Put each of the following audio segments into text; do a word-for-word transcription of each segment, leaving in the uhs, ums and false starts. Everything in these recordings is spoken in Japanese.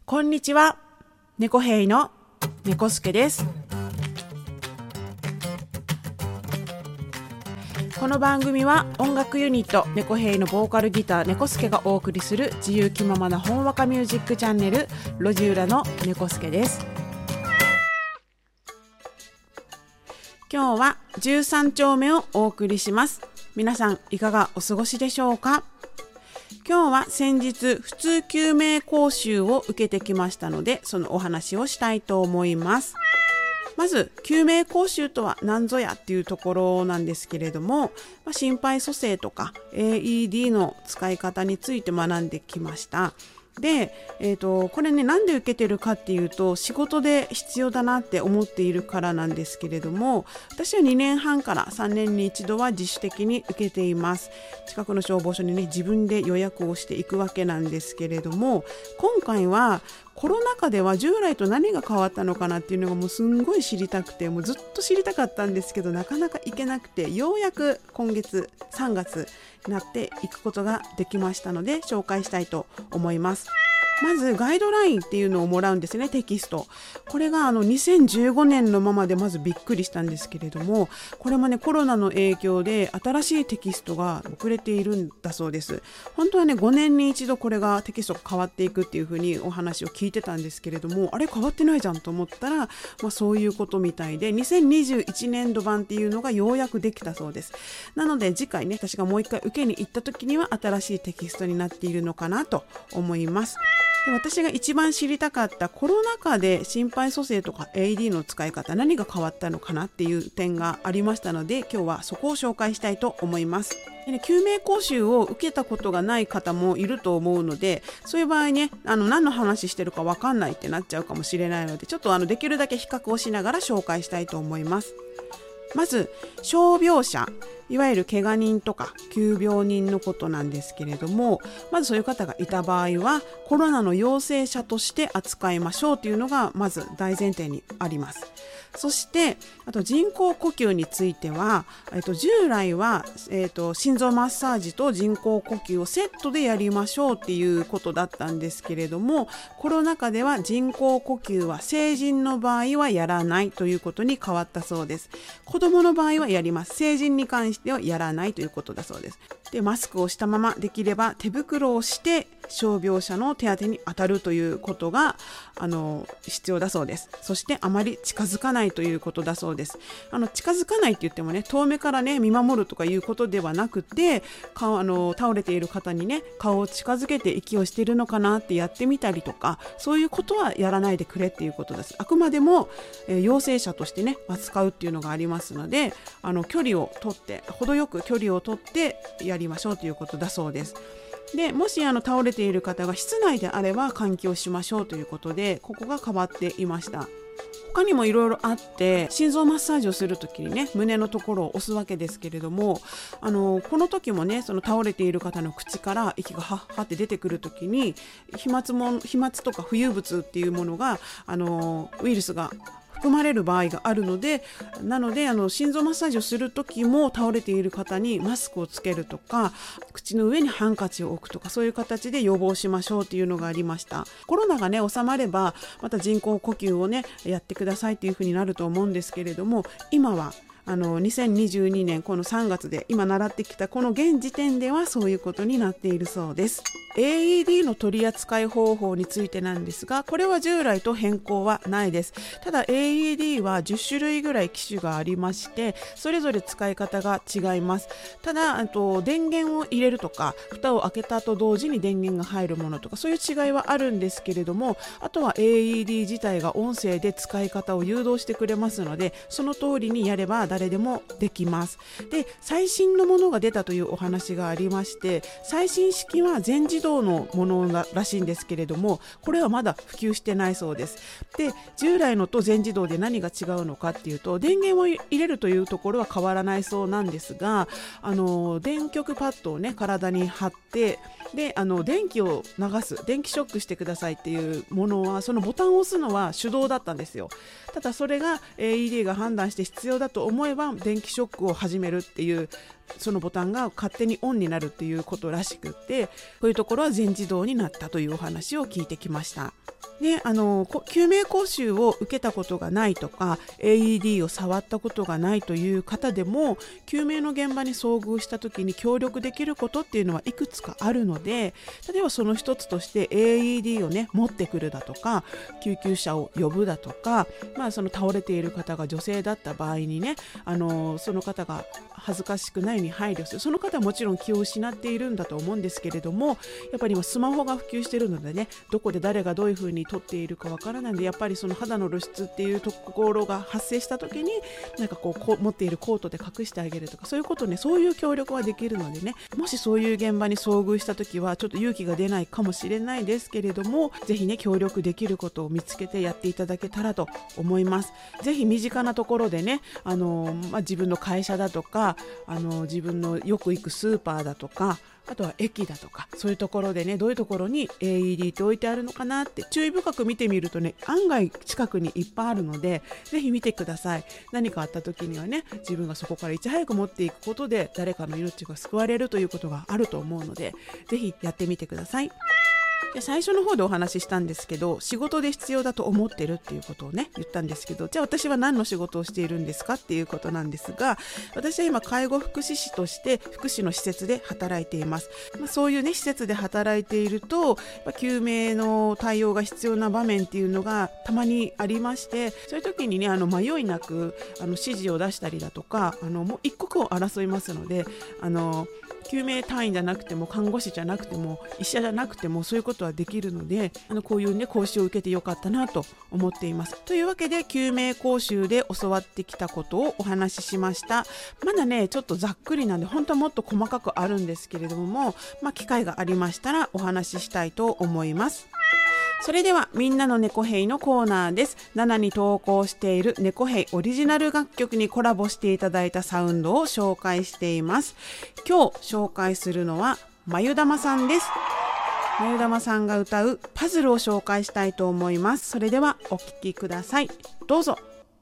こんにちは、猫兵の猫助です。この番組は音楽ユニット猫兵のボーカルギター猫助がお送りする自由気ままなほんわかミュージックチャンネル路地裏の猫助です。今日はじゅうさん丁目をお送りします。皆さんいかがお過ごしでしょうか。今日は先日普通救命講習を受けてきましたので、そのお話をしたいと思います。まず救命講習とは何ぞやっていうところなんですけれども、まあ、心肺蘇生とか エーイーディー の使い方について学んできました。で、えーと、これね、なんで受けてるかっていうと、仕事で必要だなって思っているからなんですけれども、私はにねんはんからさんねんに一度は自主的に受けています。近くの消防署にね、自分で予約をしていくわけなんですけれども、今回はコロナ禍では従来と何が変わったのかなっていうのがもうすんごい知りたくて、もうずっと知りたかったんですけど、なかなか行けなくて、ようやく今月さんがつになって行くことができましたので、紹介したいと思います。まずガイドラインっていうのをもらうんですね、テキスト。これがあのにせんじゅうごねんのままでまずびっくりしたんですけれども、これもねコロナの影響で新しいテキストが遅れているんだそうです。本当はねごねんに一度これがテキストが変わっていくっていう風にお話を聞いてたんですけれども、あれ変わってないじゃんと思ったら、まあ、そういうことみたいでにせんにじゅういちねんど版っていうのがようやくできたそうです。なので次回ね、私がもう一回受けに行った時には新しいテキストになっているのかなと思います。で、私が一番知りたかったコロナ禍で心肺蘇生とか エーイーディー の使い方、何が変わったのかなっていう点がありましたので、今日はそこを紹介したいと思います。でね、救命講習を受けたことがない方もいると思うので、そういう場合ね、あの何の話してるか分かんないってなっちゃうかもしれないので、ちょっとあのできるだけ比較をしながら紹介したいと思います。まず傷病者、いわゆる怪我人とか急病人のことなんですけれども、まずそういう方がいた場合はコロナの陽性者として扱いましょうというのがまず大前提にあります。そしてあと人工呼吸については、えっと、従来は、えっと、心臓マッサージと人工呼吸をセットでやりましょうっていうことだったんですけれども、コロナ禍では人工呼吸は成人の場合はやらないということに変わったそうです。子どもの場合はやります。成人に関してはやらないということだそうです。で、マスクをしたまま、できれば手袋をして傷病者の手当てに当たるということがあの必要だそうです。そしてあまり近づかないということだそうです。あの近づかないって言ってもね、遠目からね見守るとかいうことではなくて、顔あの倒れている方にね顔を近づけて息をしているのかなってやってみたりとか、そういうことはやらないでくれっていうことです。あくまでも、えー、陽性者としてね扱うっていうのがありますので、あの距離を取って程よく距離を取ってやりましょうということだそうです。で、もしあの倒れている方が室内であれば換気をしましょうということで、ここが変わっていました。他にもいろいろあって、心臓マッサージをするときにね胸のところを押すわけですけれども、あのこの時もねその倒れている方の口から息がハッハって出てくるときに、飛沫も飛沫とか浮遊物っていうものがあのウイルスが含まれる場合があるので、なのであの心臓マッサージをするときも倒れている方にマスクをつけるとか、口の上にハンカチを置くとか、そういう形で予防しましょうというのがありました。コロナがね収まればまた人工呼吸をねやってくださいというふうになると思うんですけれども、今はあのにせんにじゅうにねんこのさんがつで今習ってきたこの現時点ではそういうことになっているそうです。エーイーディー の取り扱い方法についてなんですが、これは従来と変更はないです。ただ エーイーディー はじゅっしゅるいぐらい機種がありまして、それぞれ使い方が違います。ただあと電源を入れるとか、蓋を開けたと同時に電源が入るものとか、そういう違いはあるんですけれども、あとは エーイーディー 自体が音声で使い方を誘導してくれますので、その通りにやれば誰でもできます。で、最新のものが出たというお話がありまして、最新式は全自動のものらしいんですけれども、これはまだ普及してないそうです。で、従来のと全自動で何が違うのかっていうと、電源を入れるというところは変わらないそうなんですが、あの電極パッドをね体に貼って、であの電気を流す、電気ショックしてくださいっていうものは、そのボタンを押すのは手動だったんですよ。ただそれが エーイーディー が判断して必要だと思えば電気ショックを始めるっていうそのボタンが勝手にオンになるっていうことらしくって、こういうところは全自動になったというお話を聞いてきました。で、あの救命講習を受けたことがないとか エーイーディー を触ったことがないという方でも、救命の現場に遭遇した時に協力できることっていうのはいくつかあるので、例えばその一つとして エーイーディー をね持ってくるだとか、救急車を呼ぶだとか、まあ、その倒れている方が女性だった場合にね、あのその方が恥ずかしくないように配慮する。その方はもちろん気を失っているんだと思うんですけれども、やっぱり今スマホが普及しているのでね、どこで誰がどういうふうに撮っているかわからないので、やっぱりその肌の露出っていうところが発生した時に、なんかこう、こう持っているコートで隠してあげるとか、そういうことね、そういう協力はできるのでね、もしそういう現場に遭遇した時はちょっと勇気が出ないかもしれないですけれども、ぜひね協力できることを見つけてやっていただけたらと思います。ぜひ身近なところでね、あの、まあ、自分の会社だとか、あの自分のよく行くスーパーだとか、あとは駅だとか、そういうところでね、どういうところに エーイーディー って置いてあるのかなって注意深く見てみるとね、案外近くにいっぱいあるので、ぜひ見てください。何かあった時にはね、自分がそこからいち早く持っていくことで誰かの命が救われるということがあると思うので、ぜひやってみてください。で、最初の方でお話ししたんですけど、仕事で必要だと思ってるっていうことをね言ったんですけど、じゃあ私は何の仕事をしているんですかっていうことなんですが、私は今介護福祉士として福祉の施設で働いています。まあ、そういうね施設で働いていると、救命の対応が必要な場面っていうのがたまにありまして、そういう時にね、あの迷いなくあの指示を出したりだとか、あのもう一刻を争いますので、あの救命隊員じゃなくても看護師じゃなくても医者じゃなくてもそういうことはできるので、あのこういうね講習を受けてよかったなと思っています。というわけで、救命講習で教わってきたことをお話ししました。まだねちょっとざっくりなんで、本当はもっと細かくあるんですけれども、まあ、機会がありましたらお話ししたいと思います。それではみんなの猫ヘイのコーナーです。ななに投稿している猫ヘイオリジナル楽曲にコラボしていただいたサウンドを紹介しています。今日紹介するのはまゆだまさんです。まゆだまさんが歌うパズルを紹介したいと思います。それではお聴きください。どうぞ。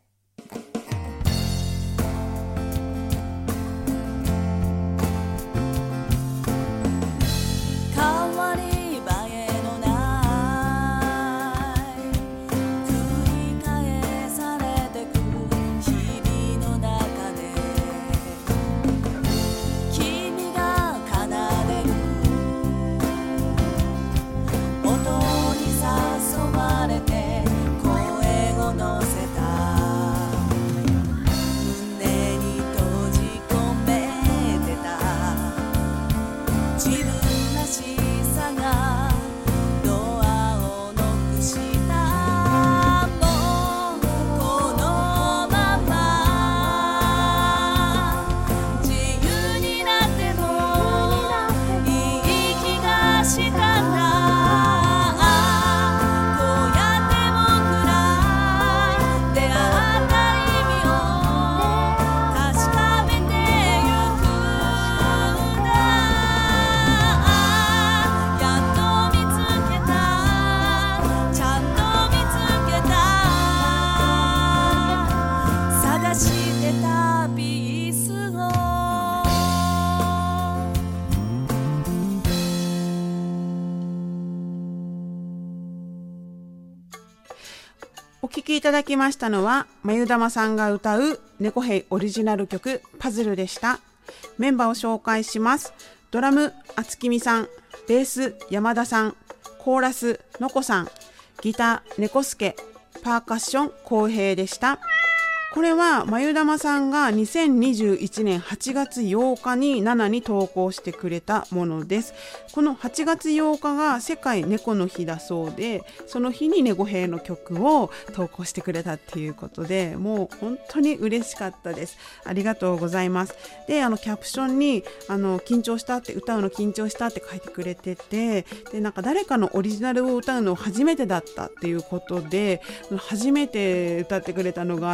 お聴きいただきましたのは、まゆだまさんが歌う猫ヘイオリジナル曲パズルでした。メンバーを紹介します。ドラムあつきみさん、ベース山田さん、コーラスのこさん、ギター猫助、パーカッションこうへいでした。これはまゆだまさんがにせんにじゅういちねんはちがつようかにななに投稿してくれたものです。このはちがつようかが世界猫の日だそうで、その日に猫ヘイの曲を投稿してくれたっていうことで、もう本当に嬉しかったです。ありがとうございます。で、あのキャプションにあの緊張したって、歌うの緊張したって書いてくれてて、でなんか誰かのオリジナルを歌うの初めてだったっていうことで、初めて歌ってくれたのが猫ヘイ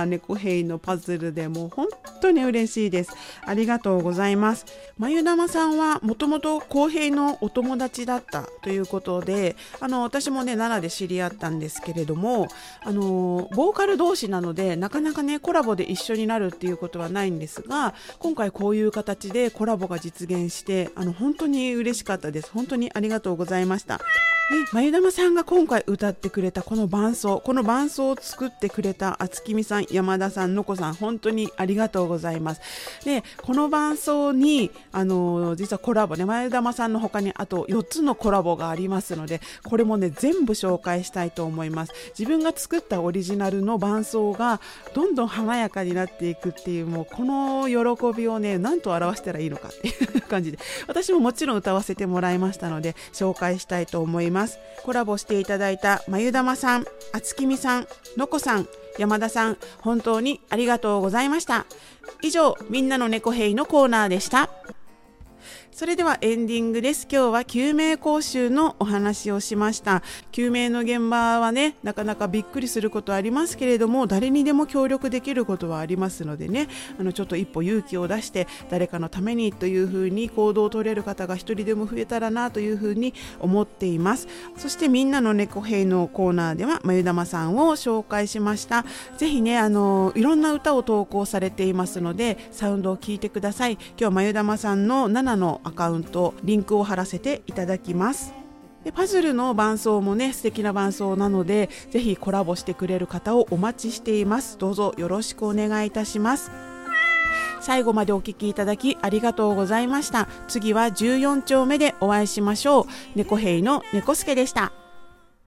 兵のパズルでも本当に嬉しいです。ありがとうございます。まゆだまさんはもともと浩平のお友達だったということで、あの私もね奈良で知り合ったんですけれども、あのボーカル同士なのでなかなかねコラボで一緒になるっていうことはないんですが、今回こういう形でコラボが実現してあの本当に嬉しかったです。本当にありがとうございました。ね、まゆだまさんが今回歌ってくれたこの伴奏、この伴奏を作ってくれたあつきみさん、山田さん、のこさん、本当にありがとうございます。で、この伴奏にあの実はコラボね、まゆだまさんの他にあとよっつのコラボがありますので、これもね全部紹介したいと思います。自分が作ったオリジナルの伴奏がどんどん華やかになっていくっていう、もうこの喜びをね何と表したらいいのかっていう感じで、私ももちろん歌わせてもらいましたので紹介したいと思います。コラボしていただいたまゆだまさん、あつきみさん、のこさん、山田さん、本当にありがとうございました。以上、みんなの猫兵のコーナーでした。それではエンディングです。今日は救命講習のお話をしました。救命の現場はね、なかなかびっくりすることはありますけれども、誰にでも協力できることはありますのでね、あのちょっと一歩勇気を出して誰かのためにというふうに行動を取れる方が一人でも増えたらなというふうに思っています。そしてみんなの猫兵のコーナーではまゆだまさんを紹介しました。ぜひね、あのいろんな歌を投稿されていますのでサウンドを聞いてください。今日はまゆだまさんのななのアカウントリンクを貼らせていただきます。でパズルの伴奏もね素敵な伴奏なので、ぜひコラボしてくれる方をお待ちしています。どうぞよろしくお願いいたします。最後までお聞きいただきありがとうございました。次はじゅうよん丁目でお会いしましょう。猫兵の猫助でした。